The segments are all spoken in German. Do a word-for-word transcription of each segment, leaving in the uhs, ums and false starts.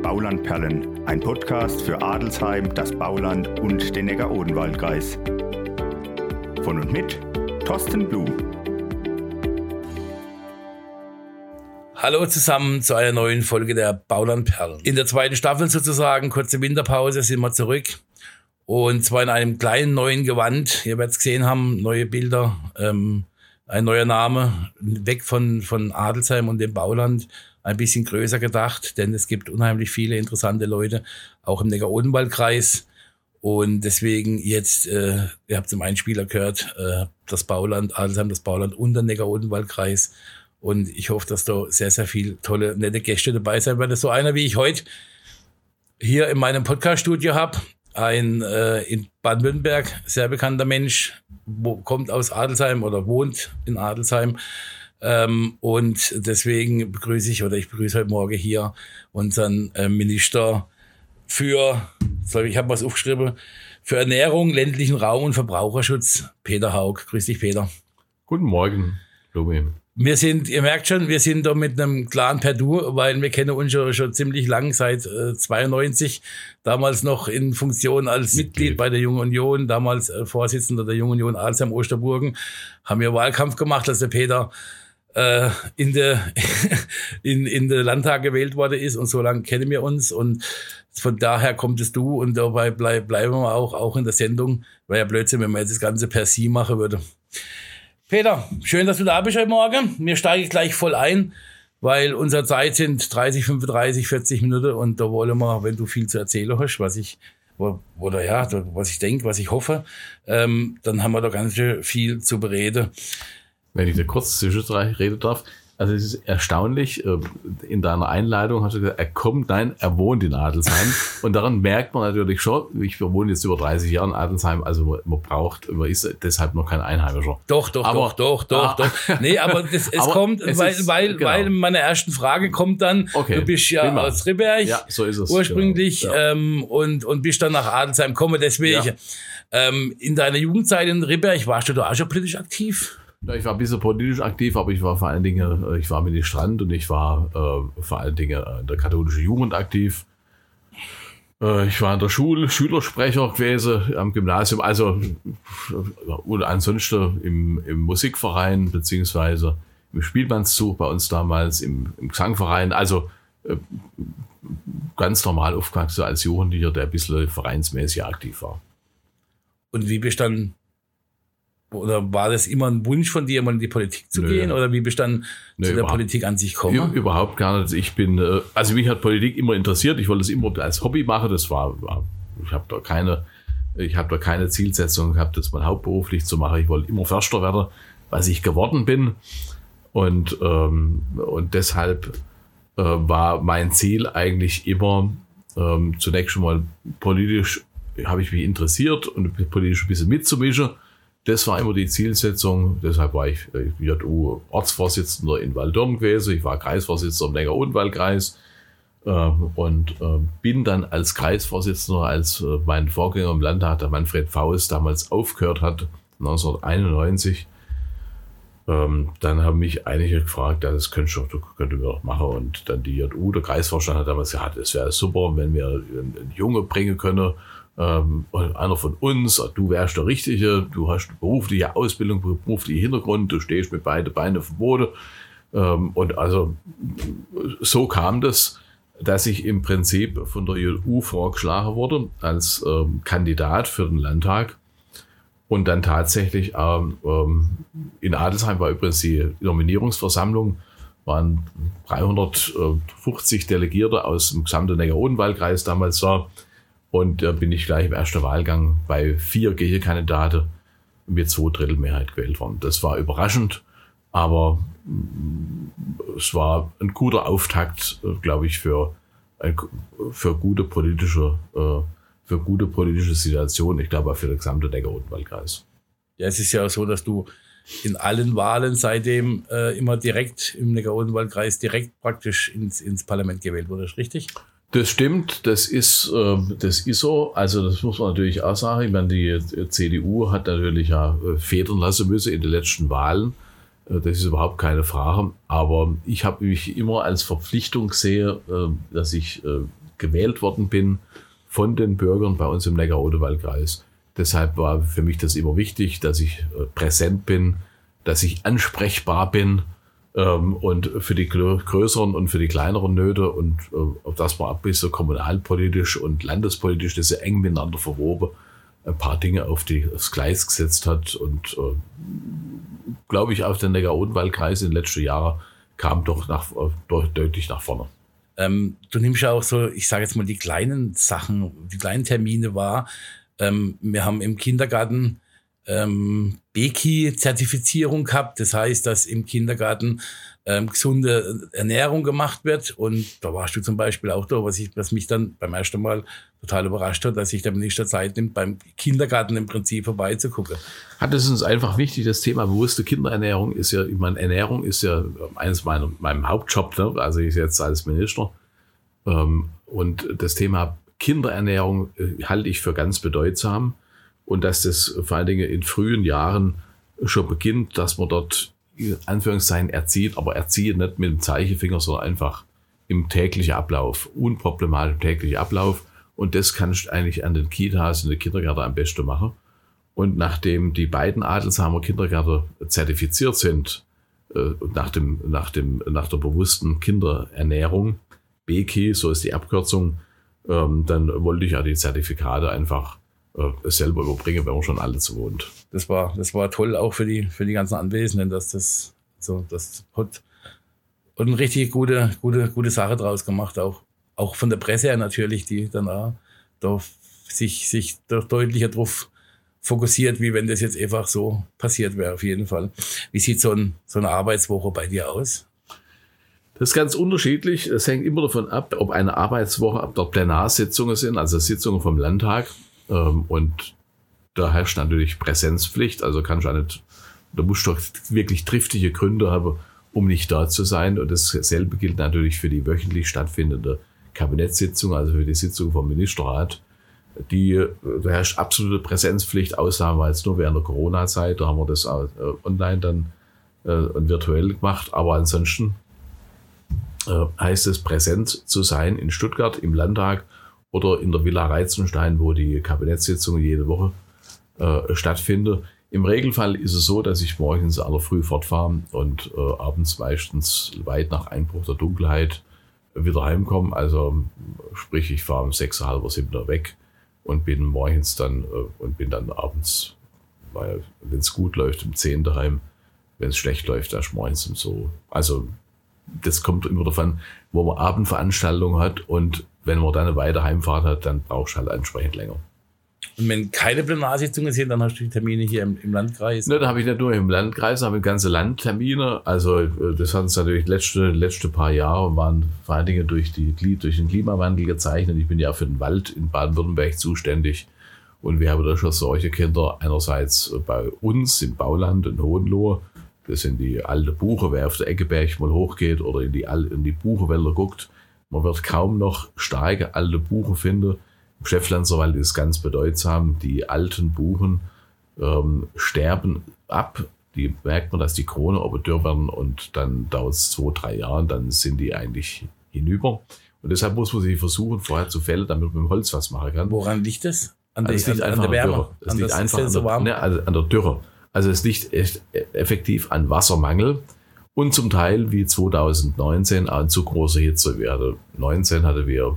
Baulandperlen, ein Podcast für Adelsheim, das Bauland und den Neckar-Odenwald-Kreis. Von und mit Thorsten Blum. Hallo zusammen zu einer neuen Folge der Baulandperlen. In der zweiten Staffel sozusagen, kurze Winterpause, sind wir zurück. Und zwar in einem kleinen neuen Gewand. Ihr werdet es gesehen haben, neue Bilder, ähm, ein neuer Name, weg von, von Adelsheim und dem Bauland. Ein bisschen größer gedacht, denn es gibt unheimlich viele interessante Leute, auch im Neckar-Odenwald-Kreis. Und deswegen jetzt, äh, ihr habt zum Einspieler gehört, äh, das Bauland, Adelsheim, das Bauland und der Neckar-Odenwald-Kreis. Und ich hoffe, dass da sehr, sehr viele tolle, nette Gäste dabei sein werden. So einer, wie ich heute hier in meinem Podcast-Studio habe. Ein äh, in Baden-Württemberg sehr bekannter Mensch, wo, kommt aus Adelsheim oder wohnt in Adelsheim. Ähm, und deswegen begrüße ich, oder ich begrüße heute Morgen hier unseren äh, Minister für, sorry, ich habe was aufgeschrieben, für Ernährung, ländlichen Raum und Verbraucherschutz, Peter Haug. Grüß dich, Peter. Guten Morgen, Lobi. Wir sind, ihr merkt schon, wir sind da mit einem klaren per Du, weil wir kennen uns schon, schon ziemlich lang, seit äh, zweiundneunzig, damals noch in Funktion als Mitglied, Mitglied bei der Jungen Union, damals äh, Vorsitzender der Jungen Union Adelsheim-Osterburgen, haben wir Wahlkampf gemacht, als der Peter äh, in der in, in der Landtag gewählt worden ist, und so lange kennen wir uns, und von daher kommt es Du, und dabei bleib, bleiben wir auch, auch in der Sendung, weil ja Blödsinn, wenn man jetzt das Ganze per Sie machen würde. Peter, schön, dass du da bist heute Morgen. Wir steigen gleich voll ein, weil unsere Zeit sind dreißig, fünfunddreißig, vierzig Minuten, und da wollen wir, wenn du viel zu erzählen hast, was ich, oder ja, was ich denke, was ich hoffe, ähm, dann haben wir da ganz schön viel zu bereden. Wenn ich da kurz zwischenreden darf, also es ist erstaunlich, in deiner Einleitung hast du gesagt, er kommt, nein, er wohnt in Adelsheim. Und daran merkt man natürlich schon, ich wohne jetzt über dreißig Jahre in Adelsheim, also man braucht, man ist deshalb noch kein Einheimischer. Doch, doch, aber, doch, doch, doch, ah, doch. Nee, aber das, es aber kommt, es weil, ist, weil, genau. weil meine ersten Frage kommt dann, okay, du bist ja prima. Aus Ribberg, ja, so ist es, ursprünglich, genau. Ja. ähm, und, und bist dann nach Adelsheim gekommen, deswegen, ja. ähm, in deiner Jugendzeit in Ribberg, warst du da auch schon politisch aktiv? Ich war ein bisschen politisch aktiv, aber ich war vor allen Dingen, ich war mit dem Strand und ich war äh, vor allen Dingen in der katholischen Jugend aktiv. Äh, ich war in der Schule Schülersprecher gewesen am Gymnasium, also und ansonsten im, im Musikverein beziehungsweise im Spielmannszug bei uns damals, im, im Gesangverein, also äh, ganz normal aufgewachsen als Jugendlicher, der ein bisschen vereinsmäßig aktiv war. Und wie bist du dann, oder war das immer ein Wunsch von dir, mal in die Politik zu Nö. gehen? Oder wie bist du dann Nö, zu der Politik an sich gekommen? Überhaupt gar nicht. Ich bin, also mich hat Politik immer interessiert. Ich wollte es immer als Hobby machen. Das war, war ich habe da keine, ich habe da keine Zielsetzung gehabt, das mal hauptberuflich zu machen. Ich wollte immer Förster werden, was ich geworden bin. Und, ähm, und deshalb äh, war mein Ziel eigentlich immer, ähm, zunächst schon mal politisch, habe ich mich interessiert und politisch ein bisschen mitzumischen. Das war immer die Zielsetzung, deshalb war ich J U-Ortsvorsitzender in Waldürn gewesen, ich war Kreisvorsitzender im Neckar-Odenwald-Kreis äh, und äh, bin dann als Kreisvorsitzender, als äh, mein Vorgänger im Landtag, der Manfred Faust, damals aufgehört hat, neunzehnhunderteinundneunzig, ähm, dann haben mich einige gefragt, ja, das könntest du, könnten wir doch machen, und dann die J U, der Kreisvorstand hat damals gesagt, es wäre super, wenn wir einen Junge bringen können, Ähm, einer von uns, du wärst der Richtige, du hast berufliche Ausbildung, beruflichen Hintergrund, du stehst mit beiden Beinen auf dem Boden. Ähm, und also so kam das, dass ich im Prinzip von der J U vorgeschlagen wurde als ähm, Kandidat für den Landtag. Und dann tatsächlich ähm, in Adelsheim war übrigens die Nominierungsversammlung, waren dreihundertfünfzig Delegierte aus dem gesamten Neckar-Odenwald-Kreis damals da. Und da bin ich gleich im ersten Wahlgang bei vier Gegenkandidaten mit zwei Drittel Mehrheit gewählt worden. Das war überraschend, aber es war ein guter Auftakt, glaube ich, für, für gute politische, für gute politische Situation. Ich glaube auch für den gesamten Neckar-Odenwald-Kreis. Ja, es ist ja auch so, dass du in allen Wahlen seitdem äh, immer direkt im Neckar-Odenwald-Kreis direkt praktisch ins, ins Parlament gewählt wurdest, richtig? Das stimmt, das ist, äh, das ist so. Also das muss man natürlich auch sagen. Ich meine, die C D U hat natürlich ja federn lassen müssen in den letzten Wahlen. Das ist überhaupt keine Frage. Aber ich habe mich immer als Verpflichtung gesehen, dass ich gewählt worden bin von den Bürgern bei uns im Neckar-Odenwald-Kreis. Deshalb war für mich das immer wichtig, dass ich präsent bin, dass ich ansprechbar bin ähm, und für die größeren und für die kleineren Nöte und äh, dass man ein bisschen kommunalpolitisch und landespolitisch das sehr eng miteinander verwoben ein paar Dinge auf die, aufs Gleis gesetzt hat und äh, glaube ich, auf den Neckar-Odenwald-Kreis in den letzten Jahren kam doch nach, äh, deutlich nach vorne. Ähm, du nimmst ja auch so, ich sage jetzt mal, die kleinen Sachen, die kleinen Termine wahr. Ähm, wir haben im Kindergarten ähm, B K I-Zertifizierung gehabt. Das heißt, dass im Kindergarten ähm, gesunde Ernährung gemacht wird. Und da warst du zum Beispiel auch da, was, ich, was mich dann beim ersten Mal total überrascht hat, dass sich der Minister Zeit nimmt, beim Kindergarten im Prinzip vorbeizugucken. Hat es uns einfach wichtig, das Thema bewusste Kinderernährung ist ja, ich meine, Ernährung ist ja eines meiner meinem Hauptjob, ne? Also ich jetzt als Minister. Ähm, und das Thema Kinderernährung äh, halte ich für ganz bedeutsam. Und dass das vor allen Dingen in frühen Jahren schon beginnt, dass man dort in Anführungszeichen erzieht, aber erzieht nicht mit dem Zeigefinger, sondern einfach im täglichen Ablauf, unproblematisch im täglichen Ablauf. Und das kannst du eigentlich an den Kitas und den Kindergärten am besten machen. Und nachdem die beiden Adelsheimer Kindergärten zertifiziert sind, äh, nach, dem, nach, dem, nach der bewussten Kinderernährung, B K I, so ist die Abkürzung, ähm, dann wollte ich ja die Zertifikate einfach äh, selber überbringen, wenn man schon alle zu wohnt. Das war, das war toll auch für die, für die ganzen Anwesenden, dass das so, das hat eine richtig gute, gute, gute Sache draus gemacht, auch, auch von der Presse her natürlich, die dann auch da sich, sich da deutlicher drauf fokussiert, wie wenn das jetzt einfach so passiert wäre, auf jeden Fall. Wie sieht so, ein, so eine Arbeitswoche bei dir aus? Das ist ganz unterschiedlich. Es hängt immer davon ab, ob eine Arbeitswoche, ob dort Plenarsitzungen sind, also Sitzungen vom Landtag. Und da herrscht natürlich Präsenzpflicht. Also kann ich auch nicht, da musst du doch wirklich triftige Gründe haben, um nicht da zu sein. Und dasselbe gilt natürlich für die wöchentlich stattfindende Kabinettssitzung, also für die Sitzung vom Ministerrat. Die, da herrscht absolute Präsenzpflicht. Ausnahme war jetzt nur während der Corona-Zeit. Da haben wir das auch online dann äh, und virtuell gemacht. Aber ansonsten äh, heißt es, präsent zu sein in Stuttgart im Landtag oder in der Villa Reitzenstein, wo die Kabinettssitzung jede Woche äh, stattfindet. Im Regelfall ist es so, dass ich morgens aller früh fortfahre und äh, abends meistens weit nach Einbruch der Dunkelheit wieder heimkomme. Also sprich, ich fahre um sechs, halb sieben weg und bin morgens dann äh, und bin dann abends, weil wenn es gut läuft, um zehn daheim. Wenn es schlecht läuft, erst morgens um so. Also das kommt immer davon, wo man Abendveranstaltungen hat und wenn man dann eine weite Heimfahrt hat, dann brauchst du halt entsprechend länger. Und wenn keine Plenarsitzungen sind, dann hast du die Termine hier im, im Landkreis? Ne, da habe ich nicht nur im Landkreis, habe ich ganze Landtermine. Also das hat uns natürlich letzte, letzte paar Jahre waren vor allen Dingen durch, die, durch den Klimawandel gezeichnet. Ich bin ja für den Wald in Baden-Württemberg zuständig und wir haben da schon solche Kinder einerseits bei uns im Bauland in Hohenlohe. Das sind die alte Buche, wer auf der Eckeberg mal hochgeht oder in die, in die Buchenwälder guckt. Man wird kaum noch starke alte Buchen finden. Im Schäfflanzerwald ist ganz bedeutsam, die alten Buchen ähm, sterben ab. Die merkt man, dass die Krone aber dürr werden und dann dauert es zwei, drei Jahre, dann sind die eigentlich hinüber. Und deshalb muss man sie versuchen, vorher zu fällen, damit man mit dem Holz was machen kann. Woran liegt das? An, also die, es liegt an, einfach an der Wärme? Dürre. Es an liegt das einfach an so der, warm? Ne, also an der Dürre. Also es liegt echt effektiv an Wassermangel. Und zum Teil wie zwanzig neunzehn an zu große Hitze. Wir hatten, neunzehn hatten wir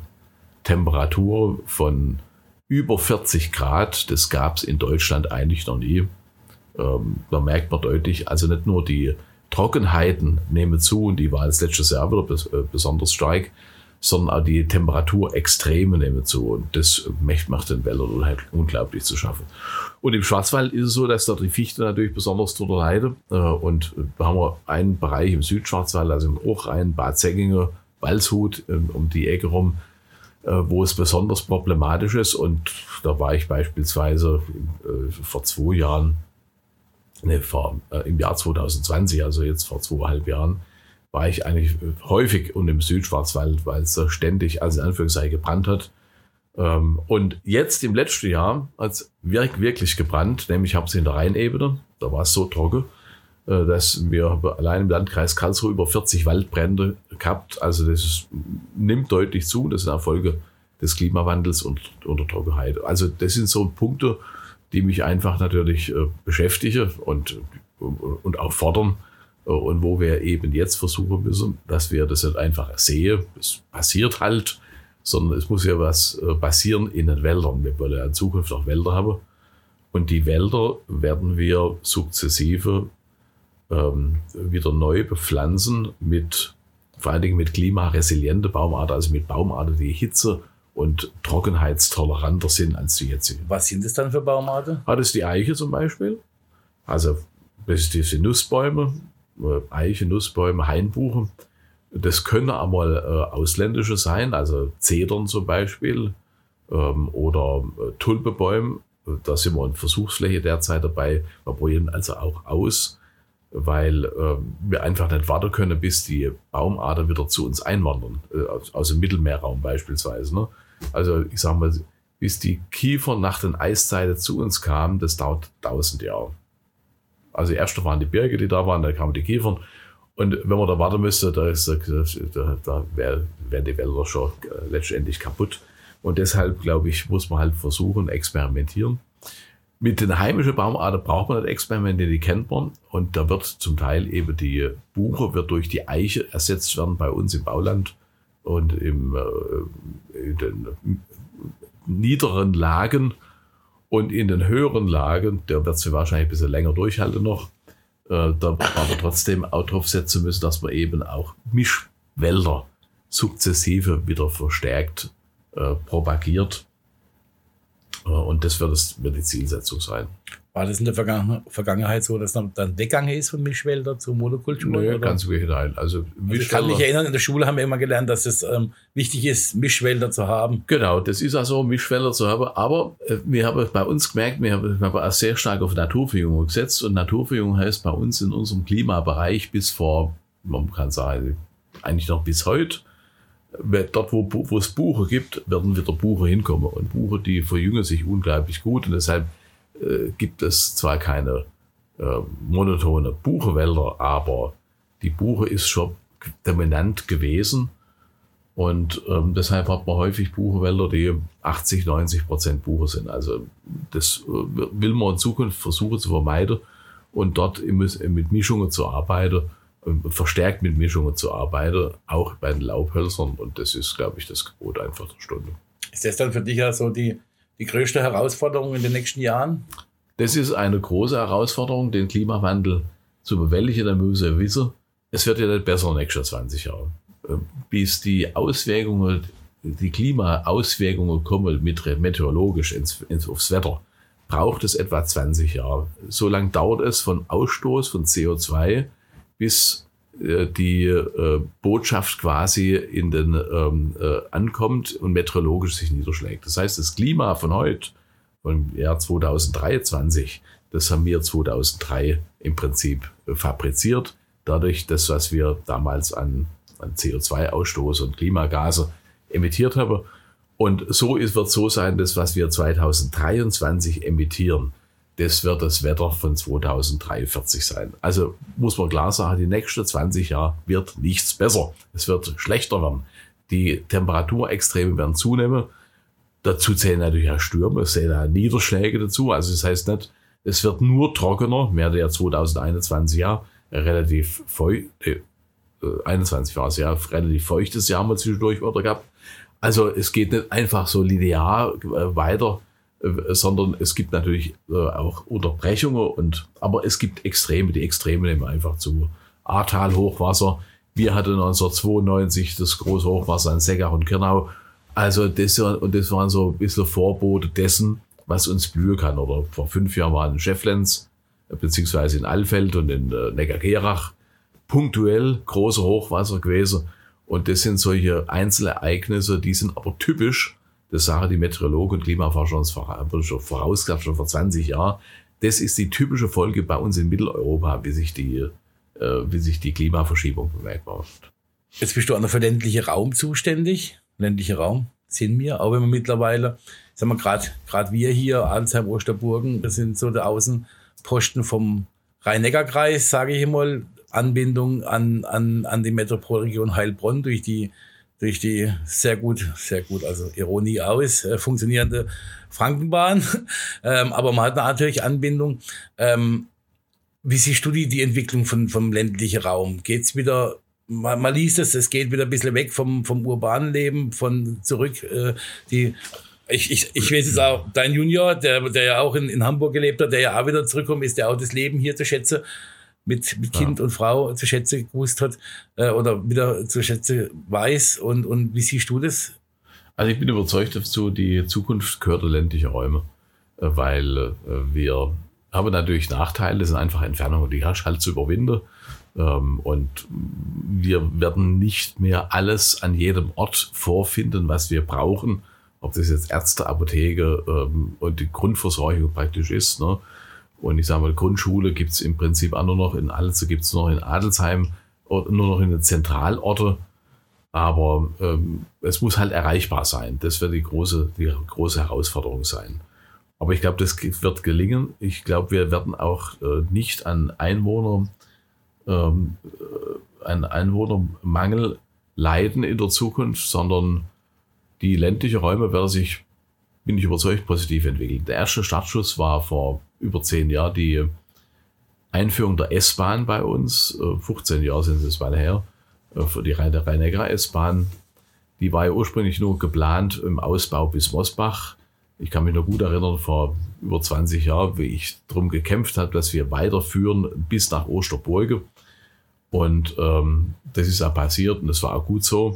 Temperatur von über vierzig Grad. Das gab es in Deutschland eigentlich noch nie. Ähm, da merkt man deutlich, also nicht nur die Trockenheiten nehmen zu, und die war das letztes Jahr wieder bes- äh, besonders stark, sondern auch die Temperaturextreme nehmen zu. Und das macht den Wäldern halt unglaublich zu schaffen. Und im Schwarzwald ist es so, dass da die Fichte natürlich besonders drunter leidet. Und da haben wir einen Bereich im Südschwarzwald, also im Hochrhein, Bad Säckingen, Waldshut, um die Ecke rum, wo es besonders problematisch ist. Und da war ich beispielsweise vor zwei Jahren, ne, vor, im Jahr zwanzig zwanzig, also jetzt vor zweieinhalb Jahren, war ich eigentlich häufig und im Südschwarzwald, weil es ständig, also in Anführungszeichen, gebrannt hat. Und jetzt im letzten Jahr hat es wirklich gebrannt, nämlich habe es in der Rheinebene, da war es so trocken, dass wir allein im Landkreis Karlsruhe über vierzig Waldbrände gehabt. Also das ist, nimmt deutlich zu, das sind Erfolge des Klimawandels und, und der Trockenheit. Also das sind so Punkte, die mich einfach natürlich äh, beschäftigen und, und, und auch fordern. Und wo wir eben jetzt versuchen müssen, dass wir das nicht einfach sehen, es passiert halt, sondern es muss ja was passieren in den Wäldern. Wir wollen ja in Zukunft auch Wälder haben. Und die Wälder werden wir sukzessive ähm, wieder neu bepflanzen mit, vor allen Dingen mit klimaresiliente Baumarten, also mit Baumarten, die Hitze- und trockenheitstoleranter sind als die jetzigen. Was sind das dann für Baumarten? Ah, das ist die Eiche zum Beispiel. Also das ist diese Nussbäume, Eiche, Nussbäume, Hainbuchen. Das können einmal äh, ausländische sein, also Zedern zum Beispiel ähm, oder äh, Tulpebäume. Da sind wir in Versuchsfläche derzeit dabei. Wir probieren also auch aus, weil äh, wir einfach nicht warten können, bis die Baumarten wieder zu uns einwandern, äh, aus, aus dem Mittelmeerraum beispielsweise. Ne? Also ich sage mal, bis die Kiefer nach den Eiszeiten zu uns kamen, das dauert tausend Jahre. Also erst waren die Berge, die da waren, dann kamen die Kiefern. Und wenn man da warten müsste, da, ist, da, da wären wär die Wälder schon letztendlich kaputt. Und deshalb, glaube ich, muss man halt versuchen, experimentieren. Mit den heimischen Baumarten braucht man nicht experimentieren, die kennt man. Und da wird zum Teil eben die Buche wird durch die Eiche ersetzt werden bei uns im Bauland und im, äh, in den niederen Lagen. Und in den höheren Lagen, der wird sie wahrscheinlich ein bisschen länger durchhalten noch, äh, da wird man aber trotzdem auch drauf setzen müssen, dass man eben auch Mischwälder sukzessive wieder verstärkt äh, propagiert. Äh, und das wird, das wird die Zielsetzung sein. War das in der Vergangen- Vergangenheit so, dass dann weggegangen ist von Mischwälder zu Monokultur? Nee, oder? ganz im Gegenteil. Also, also ich kann mich erinnern, in der Schule haben wir immer gelernt, dass es ähm, wichtig ist, Mischwälder zu haben. Genau, das ist also Mischwälder zu haben. Aber äh, wir haben bei uns gemerkt, wir haben, wir haben auch sehr stark auf Naturverjüngung gesetzt. Und Naturverjüngung heißt bei uns in unserem Klimabereich bis vor, man kann sagen, eigentlich noch bis heute, dort, wo, wo es Buche gibt, werden wieder Buche hinkommen. Und Buche, die verjüngen sich unglaublich gut. Und deshalb äh, gibt es zwar keine äh, monotone Buchewälder, aber die Buche ist schon dominant gewesen. Und ähm, deshalb hat man häufig Buchewälder, die achtzig, neunzig Prozent Buche sind. Also das äh, will man in Zukunft versuchen zu vermeiden und dort im, mit Mischungen zu arbeiten, verstärkt mit Mischungen zu arbeiten, auch bei den Laubhölzern. Und das ist, glaube ich, das Gebot einfach der Stunde. Ist das dann für dich ja so die, die größte Herausforderung in den nächsten Jahren? Das ist eine große Herausforderung, den Klimawandel zu bewältigen. Da müssen wir wissen, es wird ja nicht besser in den nächsten zwanzig Jahren. Bis die Auswirkungen, die Klimaauswirkungen kommen mit meteorologisch ins, ins, aufs Wetter, braucht es etwa zwanzig Jahre. So lange dauert es von Ausstoß von C O zwei bis äh, die äh, Botschaft quasi in den ähm, äh, ankommt und meteorologisch sich niederschlägt. Das heißt, das Klima von heute, vom Jahr zweitausenddreiundzwanzig, das haben wir zweitausenddrei im Prinzip äh, fabriziert. Dadurch, das, was wir damals an, an C O zwei Ausstoß und Klimagase emittiert haben. Und so ist, wird so sein, das, was wir zweitausenddreiundzwanzig emittieren, das wird das Wetter von zweitausenddreiundvierzig sein. Also muss man klar sagen, die nächsten zwanzig Jahre wird nichts besser. Es wird schlechter werden. Die Temperaturextreme werden zunehmen. Dazu zählen natürlich auch Stürme, es zählen auch Niederschläge dazu. Also das heißt nicht, es wird nur trockener. Wir hatten ja zweitausendeinundzwanzig Jahr relativ feucht, äh, einundzwanzig war es ja, relativ feuchtes Jahr mal zwischendurch wieder gehabt. Also es geht nicht einfach so linear äh, weiter, sondern es gibt natürlich äh, auch Unterbrechungen, und, aber es gibt Extreme, die Extreme nehmen einfach zu. Ahrtal-Hochwasser, wir hatten neunzehnhundertzweiundneunzig das große Hochwasser in Seckach und Kirnau, also das, und das waren so ein bisschen Vorbote dessen, was uns blühen kann. Oder vor fünf Jahren waren in Schefflenz, beziehungsweise in Alfeld und in äh, Neckargerach punktuell große Hochwasser gewesen, und das sind solche Einzelereignisse, die sind aber typisch. Das sagen die Meteorologen und Klimaforscher uns schon vorausgesagt, schon vor zwanzig Jahren. Das ist die typische Folge bei uns in Mitteleuropa, wie sich die, äh, wie sich die Klimaverschiebung bemerkbar macht. Jetzt bist du an der für ländliche Raum zuständig. Ländliche Raum sind wir, auch wenn wir mittlerweile, sagen wir gerade, gerade wir hier, Adelsheim, Osterburgen, das sind so die Außenposten vom Rhein-Neckar-Kreis, sage ich mal, Anbindung an, an, an die Metropolregion Heilbronn durch die durch die sehr gut, sehr gut, also Ironie aus, äh, funktionierende Frankenbahn. ähm, aber man hat natürlich Anbindung. Ähm, wie siehst du die, die Entwicklung von, vom ländlichen Raum? Geht's wieder, man, man liest es, es geht wieder ein bisschen weg vom, vom urbanen Leben, von zurück, äh, die, ich, ich, ich weiß jetzt auch, dein Junior, der, der ja auch in, in Hamburg gelebt hat, der ja auch wieder zurückkommt, ist, der auch das Leben hier zu schätzen, mit, mit Kind ja. und Frau zu schätzen gewusst hat, äh, oder wieder zu schätzen weiß. Und, und wie siehst du das? Also ich bin überzeugt dazu, die Zukunft gehört der ländlichen Räume, äh, weil äh, wir haben natürlich Nachteile, das sind einfach Entfernungen, die hast halt zu überwinden. Ähm, und wir werden nicht mehr alles an jedem Ort vorfinden, was wir brauchen, ob das jetzt Ärzte, Apotheke ähm, und die Grundversorgung praktisch ist. Ne? Und ich sage mal, Grundschule gibt es im Prinzip auch nur noch in Alze, gibt es nur noch in Adelsheim, nur noch in den Zentralorten. Aber ähm, es muss halt erreichbar sein. Das wird die große, die große Herausforderung sein. Aber ich glaube, das wird gelingen. Ich glaube, wir werden auch äh, nicht an Einwohner, ähm, an Einwohnermangel leiden in der Zukunft, sondern die ländlichen Räume werden sich, bin ich überzeugt, positiv entwickeln. Der erste Startschuss war vor über zehn Jahren die Einführung der S-Bahn bei uns. fünfzehn Jahre sind es mal her, für die Rhein-Neckar-S-Bahn. Die war ja ursprünglich nur geplant im Ausbau bis Mosbach. Ich kann mich noch gut erinnern, vor über zwanzig Jahren, wie ich darum gekämpft habe, dass wir weiterführen bis nach Osterburge. Und ähm, das ist auch passiert und das war auch gut so.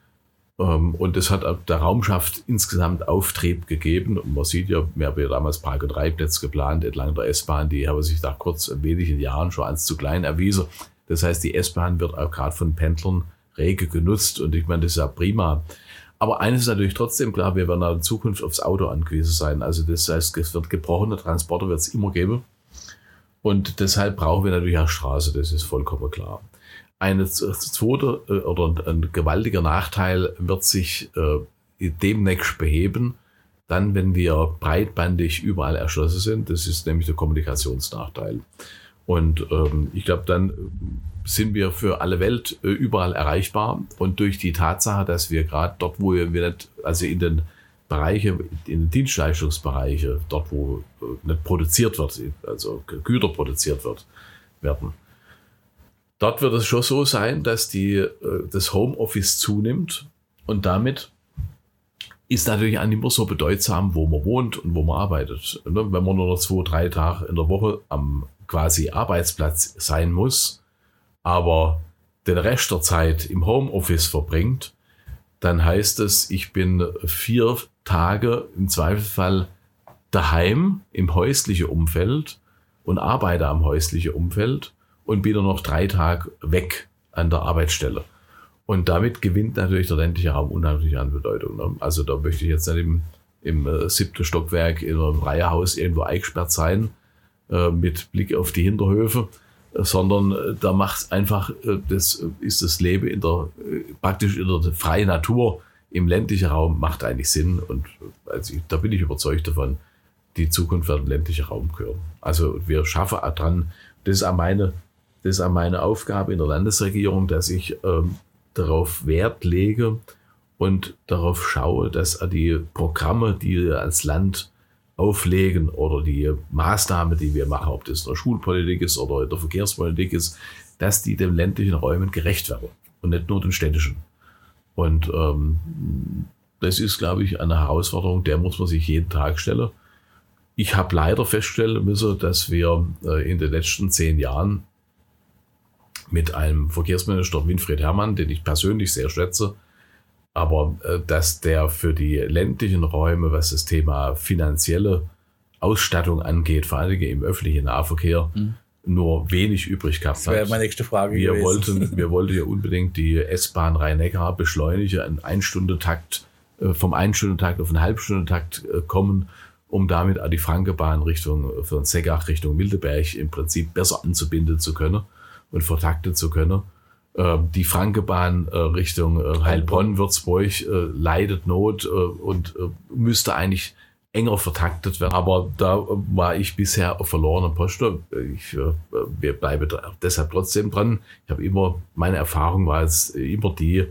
Ähm, und das hat der Raumschaft insgesamt Auftrieb gegeben. Und man sieht ja, wir haben ja damals Park- und Reitplätze geplant entlang der S-Bahn. Die haben sich nach kurz wenigen Jahren schon als zu klein erwiesen. Das heißt, die S-Bahn wird auch gerade von Pendlern rege genutzt. Und ich meine, das ist ja prima. Aber eines ist natürlich trotzdem klar, wir werden in Zukunft aufs Auto angewiesen sein. Also das heißt, es wird gebrochene Transporter wird es immer geben. Und deshalb brauchen wir natürlich auch Straße, das ist vollkommen klar. Eine zweite oder ein gewaltiger Nachteil wird sich äh, demnächst beheben, dann, wenn wir breitbandig überall erschlossen sind. Das ist nämlich der Kommunikationsnachteil. Und ähm, ich glaube, dann sind wir für alle Welt äh, überall erreichbar. Und durch die Tatsache, dass wir gerade dort, wo wir nicht, also in den Bereiche, in den Dienstleistungsbereiche, dort, wo äh, nicht produziert wird, also Güter produziert wird, werden. Dort wird es schon so sein, dass die, äh, das Homeoffice zunimmt und damit ist natürlich auch nicht mehr so bedeutsam, wo man wohnt und wo man arbeitet. Wenn man nur noch zwei, drei Tage in der Woche am quasi Arbeitsplatz sein muss, aber den Rest der Zeit im Homeoffice verbringt, dann heißt es, ich bin vier Tage im Zweifelsfall daheim im häuslichen Umfeld und arbeite am häuslichen Umfeld und bin nur noch drei Tage weg an der Arbeitsstelle. Und damit gewinnt natürlich der ländliche Raum unheimlich an Bedeutung. Ne? Also da möchte ich jetzt nicht im, im äh, siebten Stockwerk in einem Reihenhaus irgendwo eingesperrt sein, äh, mit Blick auf die Hinterhöfe, äh, sondern äh, da macht einfach, äh, das ist das Leben in der, äh, praktisch in der freien Natur im ländlichen Raum macht eigentlich Sinn. Und also ich, da bin ich überzeugt davon, die Zukunft wird im ländlichen Raum gehören. Also wir schaffen auch dran, das ist auch meine, das ist auch meine Aufgabe in der Landesregierung, dass ich ähm, darauf Wert lege und darauf schaue, dass die Programme, die wir als Land auflegen oder die Maßnahmen, die wir machen, ob das in der Schulpolitik ist oder in der Verkehrspolitik ist, dass die den ländlichen Räumen gerecht werden und nicht nur den städtischen. Und ähm, das ist, glaube ich, eine Herausforderung, der muss man sich jeden Tag stellen. Ich habe leider feststellen müssen, dass wir äh, in den letzten zehn Jahren mit einem Verkehrsminister Winfried Herrmann, den ich persönlich sehr schätze, aber äh, dass der für die ländlichen Räume, was das Thema finanzielle Ausstattung angeht, vor allem im öffentlichen Nahverkehr, mhm. nur wenig übrig gehabt hat. Das wäre meine nächste Frage wir gewesen. Wollten, wir wollten ja unbedingt die S-Bahn Rhein-Neckar beschleunigen, einen Ein-Stunden-Takt, äh, vom Ein-Stunden-Takt auf einen Halbstundentakt äh, kommen, um damit auch die Frankenbahn Richtung, von Seckach Richtung Mildeberg im Prinzip besser anzubinden zu können und vertakten zu können. Die Frankenbahn Richtung Heilbronn, Würzburg leidet Not und müsste eigentlich enger vertaktet werden. Aber da war ich bisher auf verlorener Posten. Ich wir bleiben deshalb trotzdem dran. Ich habe immer, meine Erfahrung war jetzt immer die,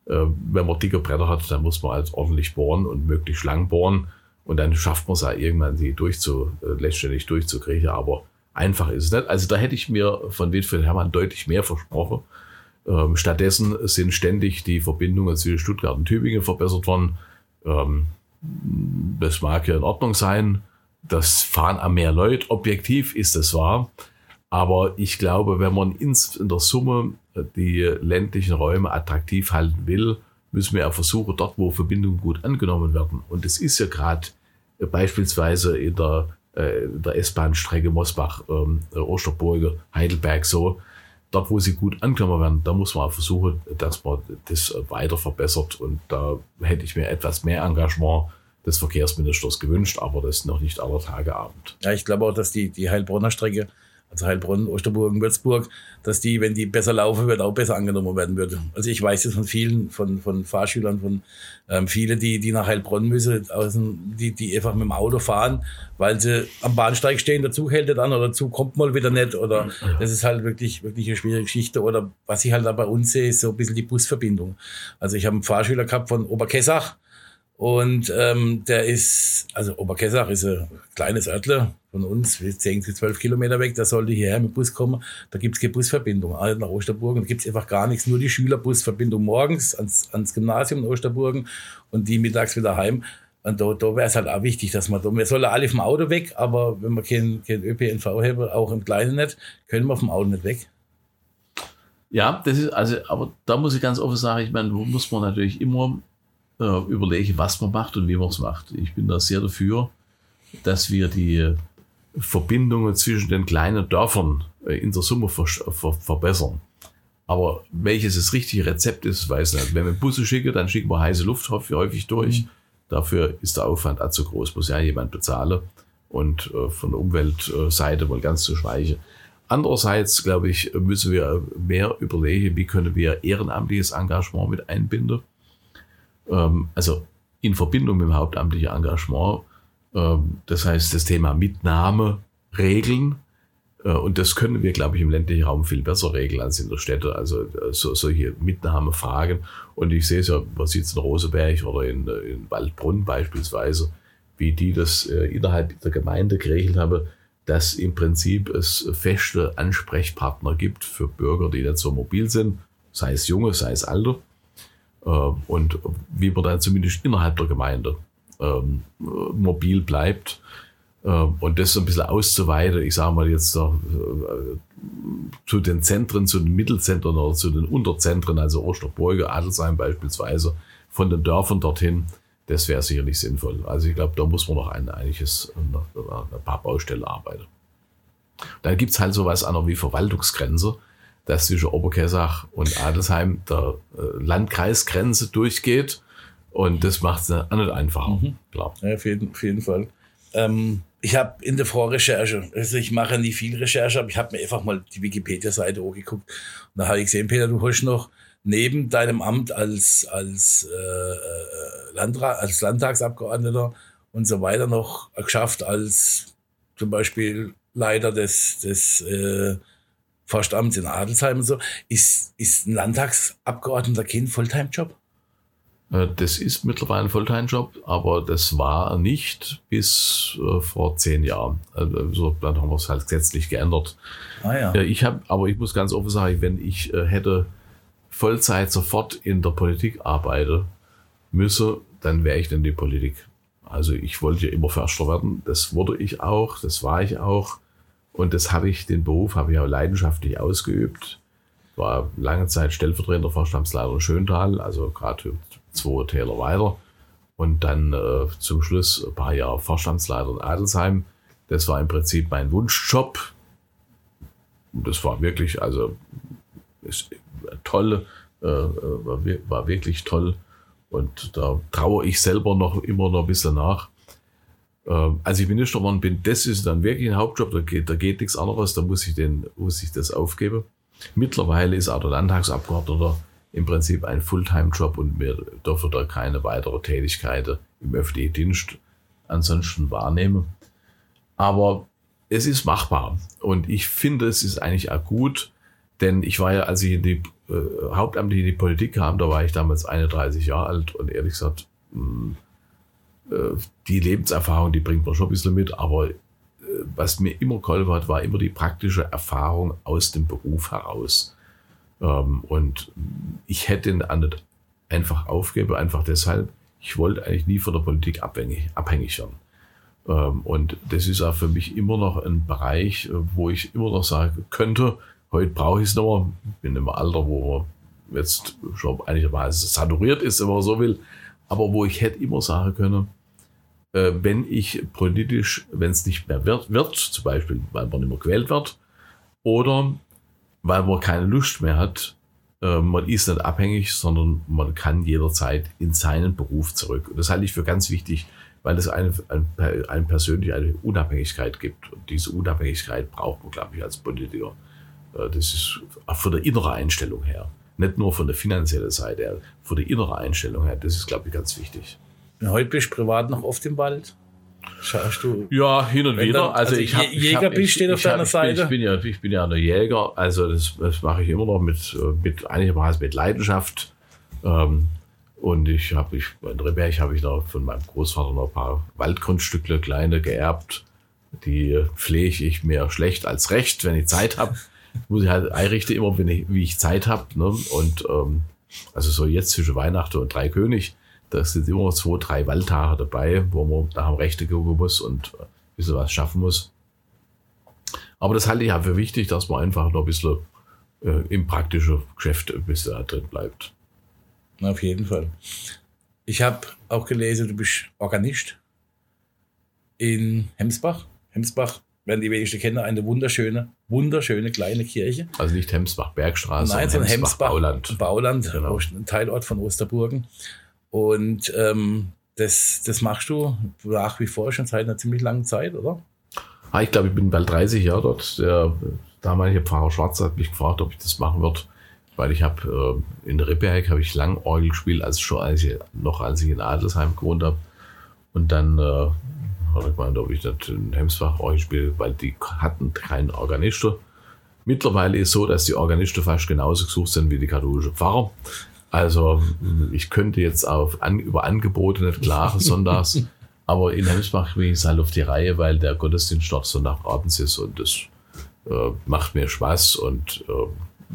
wenn man dicke Bretter hat, dann muss man halt ordentlich bohren und möglichst lang bohren. Und dann schafft man es auch irgendwann, die durchzu, letztendlich durchzukriegen. Aber einfach ist es nicht. Also da hätte ich mir von Wilfried Herrmann deutlich mehr versprochen. Ähm, stattdessen sind ständig die Verbindungen zwischen Stuttgart und Tübingen verbessert worden. Ähm, das mag ja in Ordnung sein. Das fahren auch mehr Leute. Objektiv ist das wahr. Aber ich glaube, wenn man ins, in der Summe die ländlichen Räume attraktiv halten will, müssen wir auch versuchen, dort, wo Verbindungen gut angenommen werden. Und es ist ja gerade äh, beispielsweise in der, äh, in der S-Bahn-Strecke Mosbach, ähm, Osterburge, Heidelberg so, dort, wo sie gut angenommen werden, da muss man auch versuchen, dass man das weiter verbessert. Und da hätte ich mir etwas mehr Engagement des Verkehrsministers gewünscht, aber das ist noch nicht aller Tage Abend. Ja, ich glaube auch, dass die, die Heilbronner Strecke, also Heilbronn, Osterburgen, Würzburg, dass die, wenn die besser laufen wird, auch besser angenommen werden würde. Also ich weiß das von vielen, von, von Fahrschülern, von ähm, viele, die, die nach Heilbronn müssen, aus dem, die, die einfach mit dem Auto fahren, weil sie am Bahnsteig stehen, der Zug hält nicht an oder der Zug kommt mal wieder nicht oder ja. Das ist halt wirklich, wirklich eine schwierige Geschichte. Oder was ich halt da bei uns sehe, ist so ein bisschen die Busverbindung. Also ich habe einen Fahrschüler gehabt von Oberkessach und ähm, der ist, also Oberkessach ist ein kleines Örtle von uns, zehn bis zwölf Kilometer weg, da sollte hierher mit Bus kommen. Da gibt es keine Busverbindung. Also nach Osterburgen gibt es einfach gar nichts, nur die Schülerbusverbindung morgens ans, ans Gymnasium in Osterburgen und die mittags wieder heim. Und da, da wäre es halt auch wichtig, dass man da, wir sollen alle vom Auto weg, aber wenn wir kein, kein Ö P N V haben, auch im Kleinen nicht, können wir vom Auto nicht weg. Ja, das ist, also, aber da muss ich ganz offen sagen, ich meine, da muss man natürlich immer äh, überlegen, was man macht und wie man es macht. Ich bin da sehr dafür, dass wir die Verbindungen zwischen den kleinen Dörfern in der Summe ver- ver- verbessern. Aber welches das richtige Rezept ist, weiß ich nicht. Wenn wir Busse schicken, dann schicken wir heiße Luft häufig durch. Mhm. Dafür ist der Aufwand auch zu groß, muss ja jemand bezahlen. Und äh, von der Umweltseite mal ganz zu schweigen. Andererseits, glaube ich, müssen wir mehr überlegen, wie können wir ehrenamtliches Engagement mit einbinden. Ähm, also in Verbindung mit dem hauptamtlichen Engagement. Das heißt, das Thema Mitnahme regeln. Und das können wir, glaube ich, im ländlichen Raum viel besser regeln als in der Städte. Also so, solche Mitnahmefragen. Und ich sehe es ja, man sieht es in Roseberg oder in, in Waldbrunn beispielsweise, wie die das innerhalb der Gemeinde geregelt haben, dass im Prinzip es feste Ansprechpartner gibt für Bürger, die nicht so mobil sind, sei es junge, sei es alte. Und wie man dann zumindest innerhalb der Gemeinde Ähm, mobil bleibt ähm, und das so ein bisschen auszuweiten, ich sage mal jetzt äh, zu den Zentren, zu den Mittelzentren oder zu den Unterzentren, also Osterburge, Adelsheim beispielsweise, von den Dörfern dorthin, das wäre sicherlich sinnvoll. Also ich glaube, da muss man noch ein einiges, ein paar Baustellen arbeiten. Dann gibt es halt sowas an wie Verwaltungsgrenze, dass zwischen Oberkessach und Adelsheim der äh, Landkreisgrenze durchgeht. Und das macht es auch nicht einfacher, mhm. klar. Ja, auf jeden, auf jeden Fall. Ähm, ich habe in der Vorrecherche, also ich mache nie viel Recherche, aber ich habe mir einfach mal die Wikipedia-Seite angeguckt. Und da habe ich gesehen, Peter, du hast noch neben deinem Amt als, als, äh, Landrat, als Landtagsabgeordneter und so weiter noch geschafft als zum Beispiel Leiter des, des äh, Forstamts in Adelsheim und so. Ist, ist ein Landtagsabgeordneter kein Fulltime-Job? Das ist mittlerweile ein Fulltime-Job, aber das war nicht bis äh, vor zehn Jahren. Also dann haben wir es halt gesetzlich geändert. Ah, ja. Ich habe, aber ich muss ganz offen sagen, wenn ich äh, hätte Vollzeit sofort in der Politik arbeiten müssen, dann wäre ich in die Politik. Also ich wollte ja immer Förster werden. Das wurde ich auch, das war ich auch. Und das habe ich, den Beruf habe ich auch leidenschaftlich ausgeübt. War lange Zeit stellvertretender Vorstandsleiter in Schöntal, also gerade zwei Täler weiter. Und dann äh, zum Schluss ein paar Jahre Vorstandsleiter in Adelsheim. Das war im Prinzip mein Wunschjob. Und das war wirklich, also ist toll, äh, war, war wirklich toll. Und da traue ich selber noch immer noch ein bisschen nach. Äh, als ich Minister geworden bin, das ist dann wirklich ein Hauptjob, da geht, da geht nichts anderes, da muss ich, den, muss ich das aufgeben. Mittlerweile ist auch der Landtagsabgeordneter im Prinzip ein Fulltime-Job und wir dürfen da keine weitere Tätigkeit im öffentlichen Dienst ansonsten wahrnehmen. Aber es ist machbar und ich finde, es ist eigentlich auch gut, denn ich war ja, als ich in die äh, hauptamtlich in die Politik kam, da war ich damals einunddreißig Jahre alt und ehrlich gesagt, mh, äh, die Lebenserfahrung, die bringt man schon ein bisschen mit, aber äh, was mir immer geholfen hat, war immer die praktische Erfahrung aus dem Beruf heraus. Ähm, und ich hätte ihn nicht einfach aufgeben, einfach deshalb, ich wollte eigentlich nie von der Politik abhängig, abhängig werden. Ähm, und das ist auch für mich immer noch ein Bereich, wo ich immer noch sagen könnte, heute brauche ich es noch mal, ich bin im Alter, wo man jetzt schon einigermaßen saturiert ist, wenn man so will, aber wo ich hätte immer sagen können, äh, wenn ich politisch, wenn es nicht mehr wird, wird, zum Beispiel, weil man nicht mehr gewählt wird, oder weil man keine Lust mehr hat, äh, man ist nicht abhängig, sondern man kann jederzeit in seinen Beruf zurück. Und das halte ich für ganz wichtig, weil es eine, eine, eine persönliche eine Unabhängigkeit gibt. Und diese Unabhängigkeit braucht man, glaube ich, als Politiker. Das ist auch von der inneren Einstellung her. Nicht nur von der finanziellen Seite her, von der inneren Einstellung her. Das ist, glaube ich, ganz wichtig. Und heute bist du privat noch oft im Wald? Schaust du? Ja, hin und wieder. Dann, also, also ich hab, Jäger ich hab, bist, steht auf deiner hab, Seite. Ich bin, ich, bin ja, ich bin ja ein Jäger. Also das, das mache ich immer noch mit, mit einigermaßen mit Leidenschaft. Ähm, Und ich habe, ich, in Ribberg habe ich noch von meinem Großvater noch ein paar Waldgrundstücke, kleine, geerbt. Die pflege ich mir schlecht als recht, wenn ich Zeit habe. Muss ich halt einrichten, immer wenn ich, wie ich Zeit habe. Ne? Und ähm, also so jetzt zwischen Weihnachten und Dreikönig, da sind immer zwei, drei Waldtage dabei, wo man nach dem Rechte gucken muss und ein bisschen was schaffen muss. Aber das halte ich auch für wichtig, dass man einfach noch ein bisschen äh, im praktischen Geschäft ein bisschen da drin bleibt. Auf jeden Fall. Ich habe auch gelesen, du bist Organist in Hemsbach. Hemsbach, werden die wenigsten kennen, eine wunderschöne, wunderschöne kleine Kirche. Also nicht Hemsbach Bergstraße, nein, sondern Hemsbach, Hemsbach Bauland. Bauland, genau. Ein Teilort von Osterburgen. Und ähm, das, das machst du nach wie vor schon seit einer ziemlich langen Zeit, oder? Ah, ich glaube, ich bin bald dreißig Jahre dort. Der damalige Pfarrer Schwarz hat mich gefragt, ob ich das machen würde. Weil ich habe äh, in Ribberg habe ich lang Orgel gespielt, als schon als ich, noch als ich in Adelsheim gewohnt habe. Und dann äh, habe ich gemeint, ob ich das in Hemsbach Orgel spiele, weil die hatten keinen Organisten. Mittlerweile ist es so, dass die Organisten fast genauso gesucht sind wie die katholischen Pfarrer. Also ich könnte jetzt auf, an, über Angebote nicht klagen sonntags, aber in Hemsbach bin ich halt auf die Reihe, weil der Gottesdienst dort Sonntagabends ist und das äh, macht mir Spaß und äh,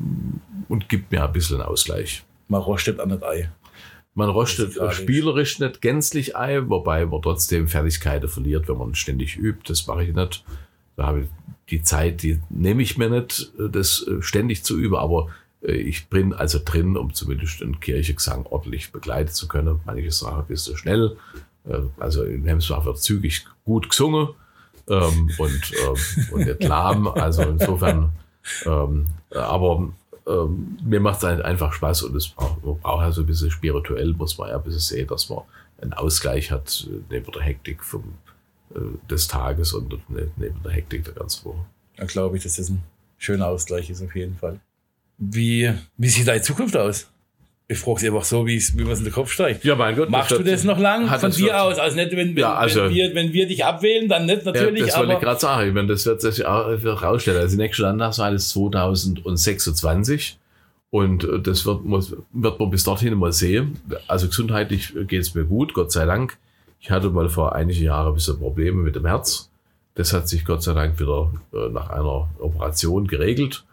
und gibt mir ein bisschen einen Ausgleich. Man rostet an das Ei. Man rostet spielerisch nicht gänzlich Ei, wobei man trotzdem Fertigkeiten verliert, wenn man ständig übt. Das mache ich nicht. Da habe ich die Zeit, die nehme ich mir nicht, das ständig zu üben, aber ich bin also drin, um zumindest den Kirchengesang ordentlich begleiten zu können. Manche Sachen ein bisschen schnell. Also in Hemsbach wird zügig gut gesungen ähm, und, ähm, und nicht lahm. Also insofern, ähm, aber ähm, mir macht es halt einfach Spaß und es braucht, man braucht also ein bisschen spirituell, muss man ja ein bisschen sehen, dass man einen Ausgleich hat neben der Hektik vom, äh, des Tages und neben der Hektik der ganzen Woche. Da glaube ich, dass das ein schöner Ausgleich ist auf jeden Fall. Wie, wie sieht deine Zukunft aus? Ich frage es einfach so, wie mir es in den Kopf steigt. Ja, mein Gott. Machst das du das noch lang von dir wird, aus? Also nicht, wenn, wenn, ja, also, wenn, wir, wenn wir dich abwählen, dann nicht natürlich. Ja, das wollte ich gerade sagen. Ich meine, das wird sich auch rausstellen. Also die nächste Landtagswahl ist zwanzig sechsundzwanzig und das wird, muss, wird man bis dorthin mal sehen. Also gesundheitlich geht es mir gut, Gott sei Dank. Ich hatte mal vor einigen Jahren ein bisschen Probleme mit dem Herz. Das hat sich Gott sei Dank wieder äh, nach einer Operation geregelt.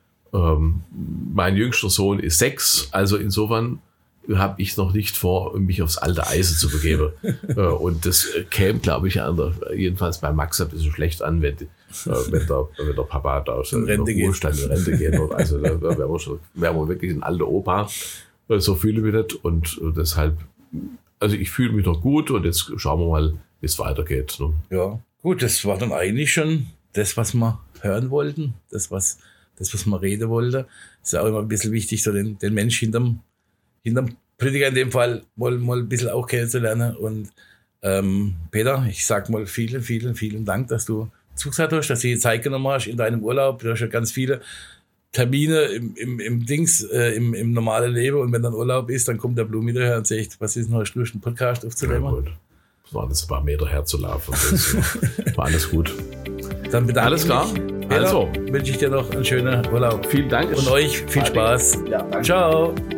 Ähm, mein jüngster Sohn ist sechs, also insofern habe ich noch nicht vor, mich aufs alte Eisen zu begeben. äh, und das käme, glaube ich, an der, jedenfalls bei Max ein bisschen schlecht an, wenn, äh, wenn, der, wenn der Papa da in Rente der Ruhestand in Rente gehen wird. Also da wären wir, schon, wären wir wirklich ein alter Opa. Äh, so fühle ich mich nicht und äh, deshalb, also ich fühle mich noch gut und jetzt schauen wir mal, wie es weitergeht. Ne? Ja, gut, das war dann eigentlich schon das, was wir hören wollten, das, was Das, was man reden wollte, ist auch immer ein bisschen wichtig, so den, den Mensch hinterm, hinterm Politiker in dem Fall mal, mal ein bisschen auch kennenzulernen. Und ähm, Peter, ich sag mal vielen, vielen, vielen Dank, dass du zugesagt hast, dass du die Zeit genommen hast in deinem Urlaub. Du hast ja ganz viele Termine im, im, im Dings, äh, im, im normalen Leben. Und wenn dann Urlaub ist, dann kommt der Blumen wieder her und sagt, was ist denn heute Lust, einen Podcast aufzunehmen? Ja, gut. Das waren jetzt ein paar Meter herzulaufen. Das war alles gut. Dann bedanke alles klar. Mich. Peter, also wünsche ich dir noch einen schönen Urlaub. Vielen Dank. Und euch viel Spaß. Ja, Ciao.